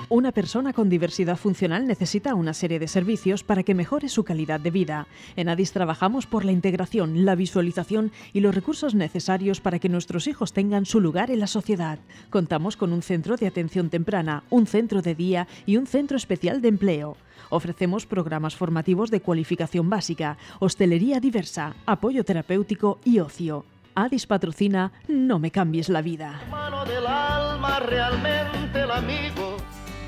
Una persona con diversidad funcional necesita una serie de servicios para que mejore su calidad de vida. En ADIS trabajamos por la integración, la visualización y los recursos necesarios para que nuestros hijos tengan su lugar en la sociedad. Contamos con un centro de atención temprana, un centro de día y un centro especial de empleo. Ofrecemos programas formativos de cualificación básica, hostelería diversa, apoyo terapéutico y ocio. ADIS patrocina No me cambies la vida. Mano del alma, realmente el amigo.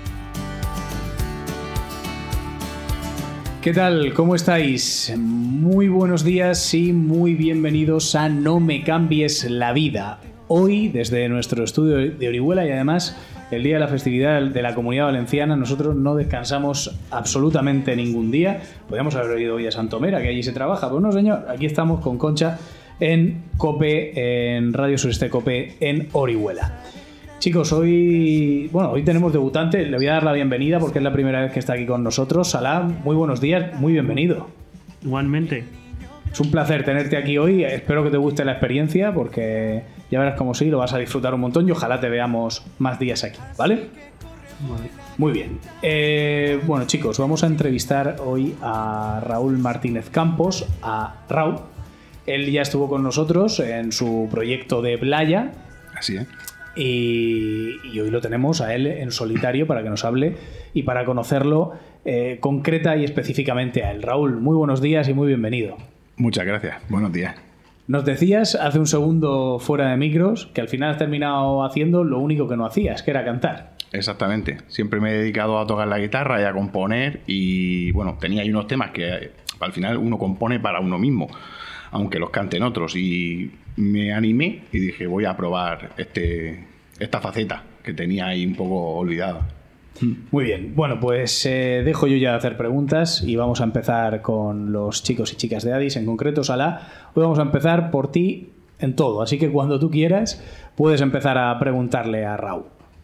¿Qué tal? ¿Cómo estáis? Muy buenos días y muy bienvenidos a No me cambies la vida. Hoy, desde nuestro estudio de Orihuela y además el día de la festividad de la Comunidad Valenciana, nosotros no descansamos absolutamente ningún día. Podríamos haber ido hoy a Santomera, que allí se trabaja, pero no, señor. Aquí estamos con Concha en COPE, en Radio Sureste COPE, en Orihuela. Chicos, hoy tenemos debutante. Le voy a dar la bienvenida porque es la primera vez que está aquí con nosotros. Salah, muy buenos días, muy bienvenido. Igualmente. Es un placer tenerte aquí hoy. Espero que te guste la experiencia porque ya verás cómo sí, lo vas a disfrutar un montón y ojalá te veamos más días aquí, ¿vale? Vale. Muy bien. Bueno, chicos, vamos a entrevistar hoy a Raúl Martínez Campos, a Raúl. Él ya estuvo con nosotros en su proyecto de Blaya. Así es. Y hoy lo tenemos a él en solitario para que nos hable y para conocerlo concreta y específicamente a él. Raúl, muy buenos días y muy bienvenido. Muchas gracias. Buenos días. Nos decías hace un segundo fuera de micros que al final has terminado haciendo lo único que no hacías, que era cantar. Exactamente. Siempre me he dedicado a tocar la guitarra y a componer y bueno, tenía ahí unos temas que al final uno compone para uno mismo, aunque los canten otros, y me animé y dije voy a probar esta faceta que tenía ahí un poco olvidada. Muy bien, bueno, pues dejo yo ya de hacer preguntas y vamos a empezar con los chicos y chicas de ADIS, en concreto Salah. Hoy vamos a empezar por ti en todo, así que cuando tú quieras puedes empezar a preguntarle a Raúl.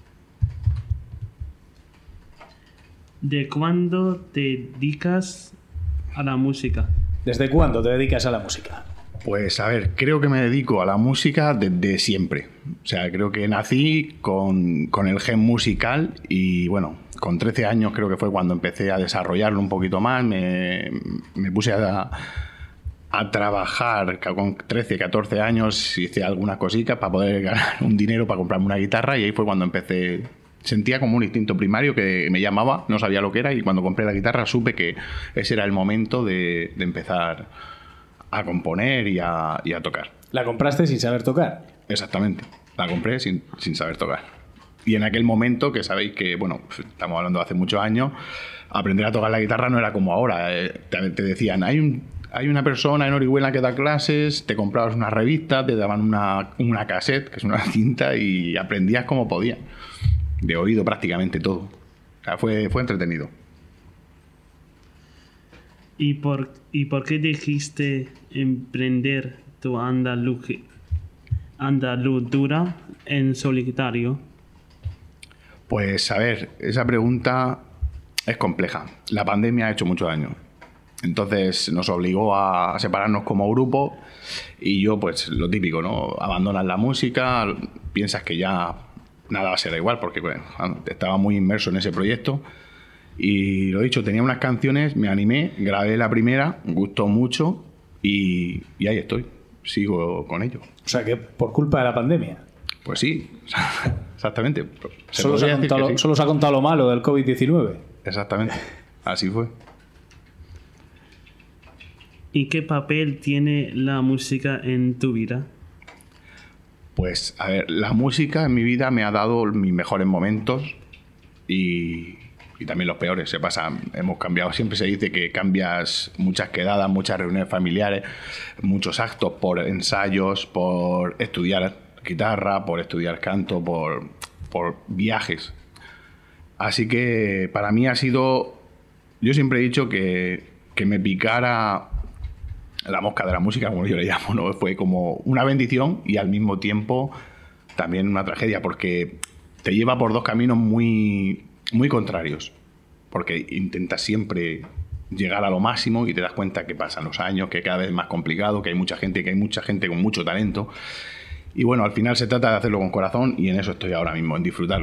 ¿De cuándo te dedicas a la música? ¿Desde cuándo te dedicas a la música? Pues a ver, creo que me dedico a la música desde siempre. O sea, creo que nací con el gen musical y bueno, con 13 años creo que fue cuando empecé a desarrollarlo un poquito más. Me puse a trabajar con 13, 14 años, hice algunas cositas para poder ganar un dinero para comprarme una guitarra y ahí fue cuando empecé. Sentía como un instinto primario que me llamaba, no sabía lo que era y cuando compré la guitarra supe que ese era el momento de empezar a componer y a tocar. ¿La compraste sin saber tocar? Exactamente, la compré sin saber tocar. Y en aquel momento, que sabéis que, bueno, estamos hablando de hace muchos años, aprender a tocar la guitarra no era como ahora. Te decían, hay una persona en Orihuela que da clases, te comprabas una revista, te daban una cassette, que es una cinta, y aprendías como podías. De oído prácticamente todo. O sea, fue entretenido. ¿Y por qué dijiste emprender tu andadura en solitario? Pues a ver, esa pregunta es compleja. La pandemia ha hecho mucho daño. Entonces nos obligó a separarnos como grupo y yo, pues lo típico, ¿no? Abandonas la música, piensas que ya nada va a ser igual porque bueno, estaba muy inmerso en ese proyecto. Y lo dicho, tenía unas canciones, me animé, grabé la primera, me gustó mucho y ahí estoy, sigo con ello. O sea, que por culpa de la pandemia. Pues sí, exactamente. Solo se ha contado lo malo del COVID-19. Exactamente, así fue. ¿Y qué papel tiene la música en tu vida? Pues, a ver, la música en mi vida me ha dado mis mejores momentos y también los peores. Se pasa, hemos cambiado, siempre se dice que cambias muchas quedadas, muchas reuniones familiares, muchos actos por ensayos, por estudiar guitarra, por estudiar canto, por viajes. Así que para mí ha sido, yo siempre he dicho que me picara la mosca de la música, como yo le llamo, ¿no? Fue como una bendición y al mismo tiempo también una tragedia, porque te lleva por dos caminos muy, muy contrarios, porque intentas siempre llegar a lo máximo y te das cuenta que pasan los años, que cada vez es más complicado, que hay mucha gente con mucho talento y bueno, al final se trata de hacerlo con corazón y en eso estoy ahora mismo, en disfrutarlo,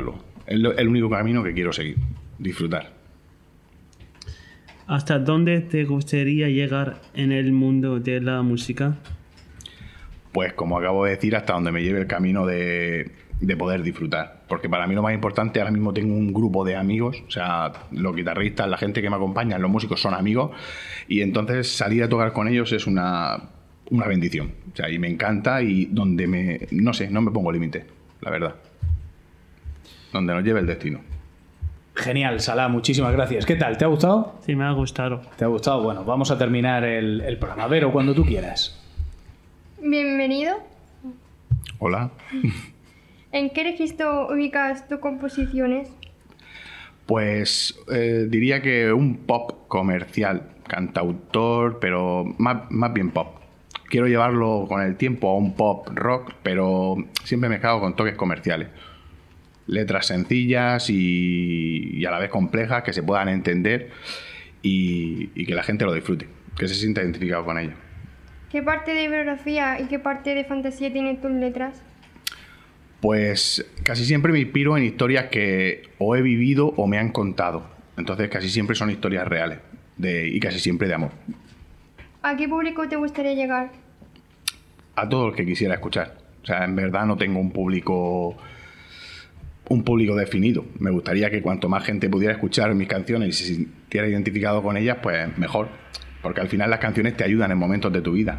Es el único camino que quiero seguir, disfrutar. ¿Hasta dónde te gustaría llegar en el mundo de la música? Pues como acabo de decir, hasta donde me lleve el camino de poder disfrutar. Porque para mí lo más importante, ahora mismo tengo un grupo de amigos, o sea, los guitarristas, la gente que me acompaña, los músicos son amigos, y entonces salir a tocar con ellos es una bendición. O sea, y me encanta, y donde no sé, no me pongo límite, la verdad. Donde nos lleve el destino. Genial, Salah, muchísimas gracias. ¿Qué tal? ¿Te ha gustado? Sí, me ha gustado. ¿Te ha gustado? Bueno, vamos a terminar el programa. Vero, cuando tú quieras. Bienvenido. Hola. ¿En qué registro ubicas tus composiciones? Pues diría que un pop comercial, cantautor, pero más bien pop. Quiero llevarlo con el tiempo a un pop rock, pero siempre mezclado con toques comerciales. Letras sencillas y a la vez complejas, que se puedan entender y que la gente lo disfrute, que se sienta identificado con ello. ¿Qué parte de biografía y qué parte de fantasía tienen tus letras? Pues casi siempre me inspiro en historias que o he vivido o me han contado. Entonces casi siempre son historias reales y casi siempre de amor. ¿A qué público te gustaría llegar? A todo el que quisiera escuchar. O sea, en verdad no tengo un público definido. Me gustaría que cuanto más gente pudiera escuchar mis canciones y se sintiera identificado con ellas, pues mejor. Porque al final las canciones te ayudan en momentos de tu vida.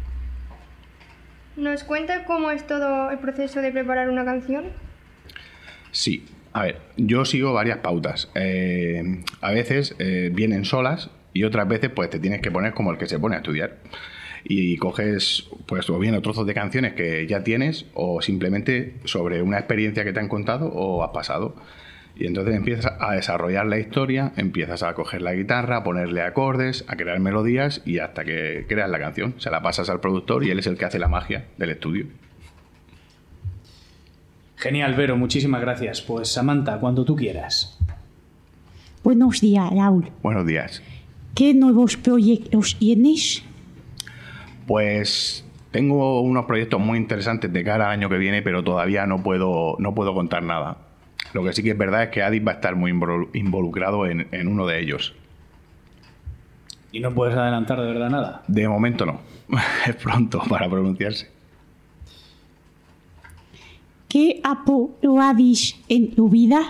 ¿Nos cuentas cómo es todo el proceso de preparar una canción? Sí. A ver, yo sigo varias pautas. A veces vienen solas y otras veces pues te tienes que poner como el que se pone a estudiar. Y coges pues o bien trozos de canciones que ya tienes o simplemente sobre una experiencia que te han contado o has pasado. Y entonces empiezas a desarrollar la historia, empiezas a coger la guitarra, a ponerle acordes, a crear melodías y hasta que creas la canción. Se la pasas al productor y él es el que hace la magia del estudio. Genial, Vero, muchísimas gracias. Pues Samantha, cuando tú quieras. Buenos días, Raúl. Buenos días. ¿Qué nuevos proyectos tienes? Pues tengo unos proyectos muy interesantes de cara al año que viene, pero todavía no puedo contar nada. Lo que sí que es verdad es que Adis va a estar muy involucrado en uno de ellos. ¿Y no puedes adelantar de verdad nada? De momento no. Es pronto para pronunciarse. ¿Qué apoyo Adis en tu vida?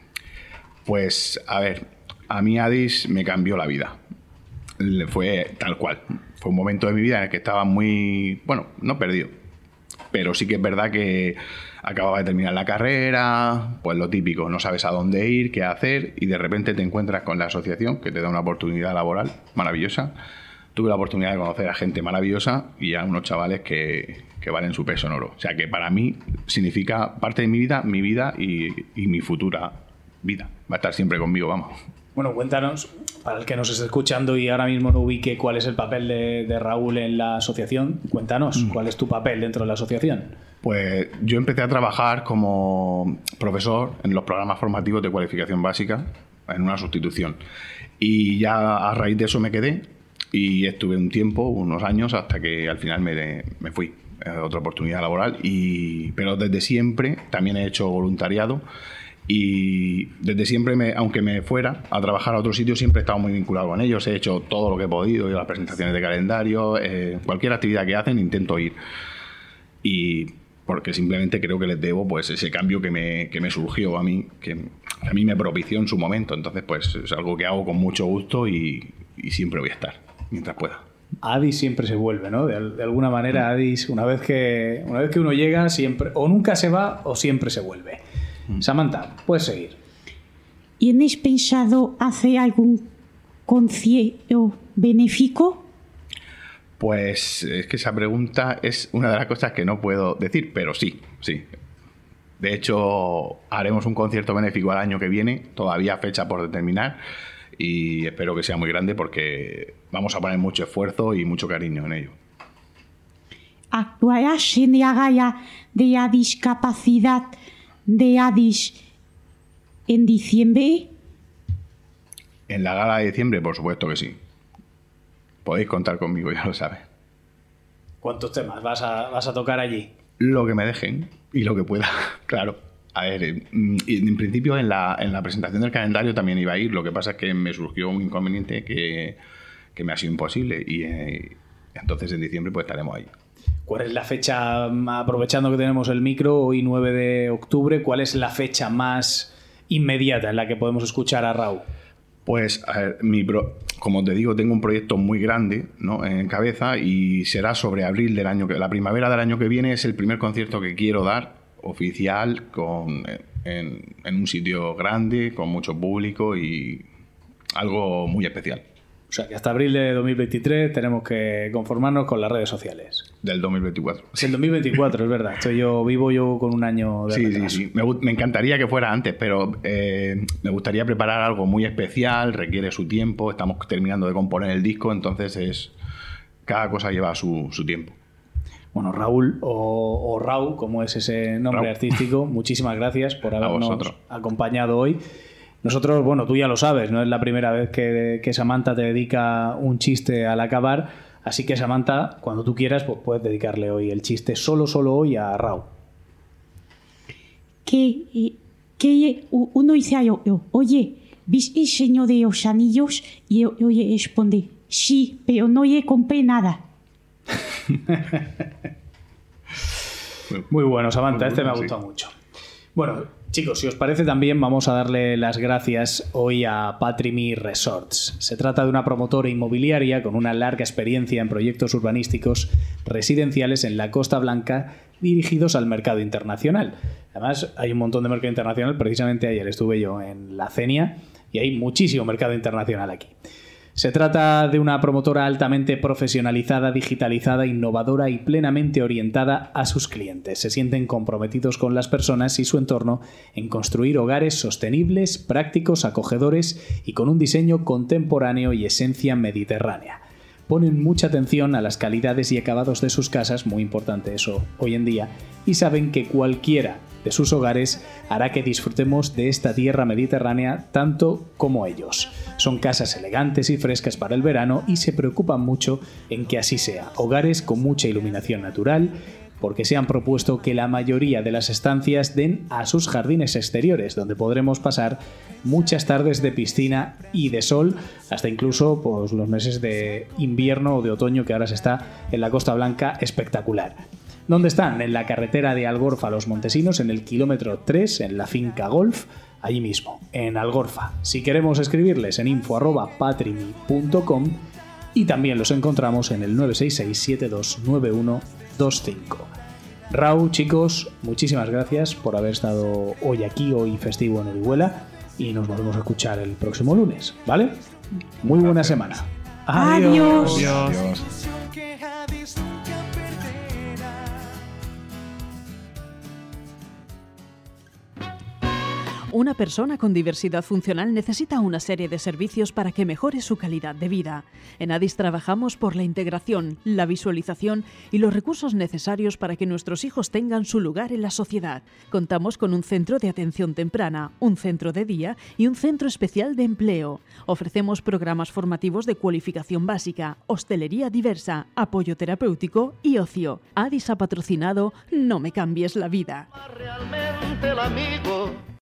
Pues, a ver, a mí Adis me cambió la vida. Fue tal cual. Fue un momento de mi vida en el que estaba muy... Bueno, no perdido. Pero sí que es verdad que acababa de terminar la carrera, pues lo típico, no sabes a dónde ir, qué hacer, y de repente te encuentras con la asociación que te da una oportunidad laboral maravillosa. Tuve la oportunidad de conocer a gente maravillosa y a unos chavales que valen su peso en oro. O sea que para mí significa parte de mi vida y mi futura vida. Va a estar siempre conmigo, vamos. Bueno, cuéntanos, para el que nos esté escuchando y ahora mismo no ubique cuál es el papel de Raúl en la asociación, cuéntanos, ¿cuál es tu papel dentro de la asociación? Pues yo empecé a trabajar como profesor en los programas formativos de cualificación básica, en una sustitución. Y ya a raíz de eso me quedé y estuve un tiempo, unos años, hasta que al final me fui a otra oportunidad laboral. Pero desde siempre también he hecho voluntariado. Y desde siempre, aunque me fuera a trabajar a otro sitio, siempre he estado muy vinculado con ellos. He hecho todo lo que he podido, las presentaciones de calendario, cualquier actividad que hacen intento ir. Y porque simplemente creo que les debo pues ese cambio que me surgió a mí, que a mí me propició en su momento. Entonces pues es algo que hago con mucho gusto y siempre voy a estar, mientras pueda. Adis siempre se vuelve, ¿no? De alguna manera Adis, una vez que uno llega, siempre o nunca se va o siempre se vuelve. Samantha, puedes seguir. ¿Tienes pensado hacer algún concierto benéfico? Pues es que esa pregunta es una de las cosas que no puedo decir, pero sí. De hecho, haremos un concierto benéfico al año que viene, todavía fecha por determinar, y espero que sea muy grande porque vamos a poner mucho esfuerzo y mucho cariño en ello. ¿Actuarás en la gala de la discapacidad de Adis en diciembre? En la gala de diciembre, por supuesto que sí. Podéis contar conmigo, ya lo sabes. ¿Cuántos temas vas a tocar allí? Lo que me dejen y lo que pueda, claro. A ver, en principio en la presentación del calendario también iba a ir, lo que pasa es que me surgió un inconveniente que me ha sido imposible y entonces en diciembre pues estaremos ahí. ¿Cuál es la fecha, aprovechando que tenemos el micro, hoy 9 de octubre, cuál es la fecha más inmediata en la que podemos escuchar a Raúl? Pues, a ver, como te digo, tengo un proyecto muy grande, ¿no?, en cabeza y será sobre abril del año la primavera del año que viene. Es el primer concierto que quiero dar oficial en un sitio grande, con mucho público y algo muy especial. O sea, que hasta abril de 2023 tenemos que conformarnos con las redes sociales. Del 2024. Es el 2024, es verdad. Vivo yo con un año de retraso. Sí. Me encantaría que fuera antes, pero me gustaría preparar algo muy especial, requiere su tiempo, estamos terminando de componer el disco, entonces cada cosa lleva su tiempo. Bueno, Raúl o Rau, como es ese nombre artístico, muchísimas gracias por habernos acompañado hoy. Nosotros, bueno, tú ya lo sabes, no es la primera vez que Samantha te dedica un chiste al acabar, así que Samantha, cuando tú quieras, pues puedes dedicarle hoy el chiste solo hoy a Raúl. Que uno dice a yo, oye, ¿viste el Señor de los Anillos? Y oye, responde, sí, pero no le compré nada. Muy bueno, Samantha, me ha gustado mucho. Bueno, chicos, si os parece también vamos a darle las gracias hoy a Patrimi Resorts. Se trata de una promotora inmobiliaria con una larga experiencia en proyectos urbanísticos residenciales en la Costa Blanca dirigidos al mercado internacional. Además, hay un montón de mercado internacional. Precisamente ayer estuve yo en la CENIA y hay muchísimo mercado internacional aquí. Se trata de una promotora altamente profesionalizada, digitalizada, innovadora y plenamente orientada a sus clientes. Se sienten comprometidos con las personas y su entorno en construir hogares sostenibles, prácticos, acogedores y con un diseño contemporáneo y esencia mediterránea. Ponen mucha atención a las calidades y acabados de sus casas, muy importante eso hoy en día, y saben que cualquiera de sus hogares hará que disfrutemos de esta tierra mediterránea tanto como ellos. Son casas elegantes y frescas para el verano y se preocupan mucho en que así sea. Hogares con mucha iluminación natural, porque se han propuesto que la mayoría de las estancias den a sus jardines exteriores, donde podremos pasar muchas tardes de piscina y de sol, hasta incluso pues, los meses de invierno o de otoño que ahora se está en la Costa Blanca espectacular. ¿Dónde están? En la carretera de Algorfa a Los Montesinos, en el kilómetro 3, en la finca Golf, allí mismo, en Algorfa. Si queremos escribirles en info@patrimi.com y también los encontramos en el 966-729125. Raúl, chicos, muchísimas gracias por haber estado hoy aquí, hoy festivo en Orihuela, y nos volvemos a escuchar el próximo lunes, ¿vale? Muy buena semana. Adiós. Adiós. Una persona con diversidad funcional necesita una serie de servicios para que mejore su calidad de vida. En ADIS trabajamos por la integración, la visualización y los recursos necesarios para que nuestros hijos tengan su lugar en la sociedad. Contamos con un centro de atención temprana, un centro de día y un centro especial de empleo. Ofrecemos programas formativos de cualificación básica, hostelería diversa, apoyo terapéutico y ocio. ADIS ha patrocinado No me cambies la vida. Realmente el amigo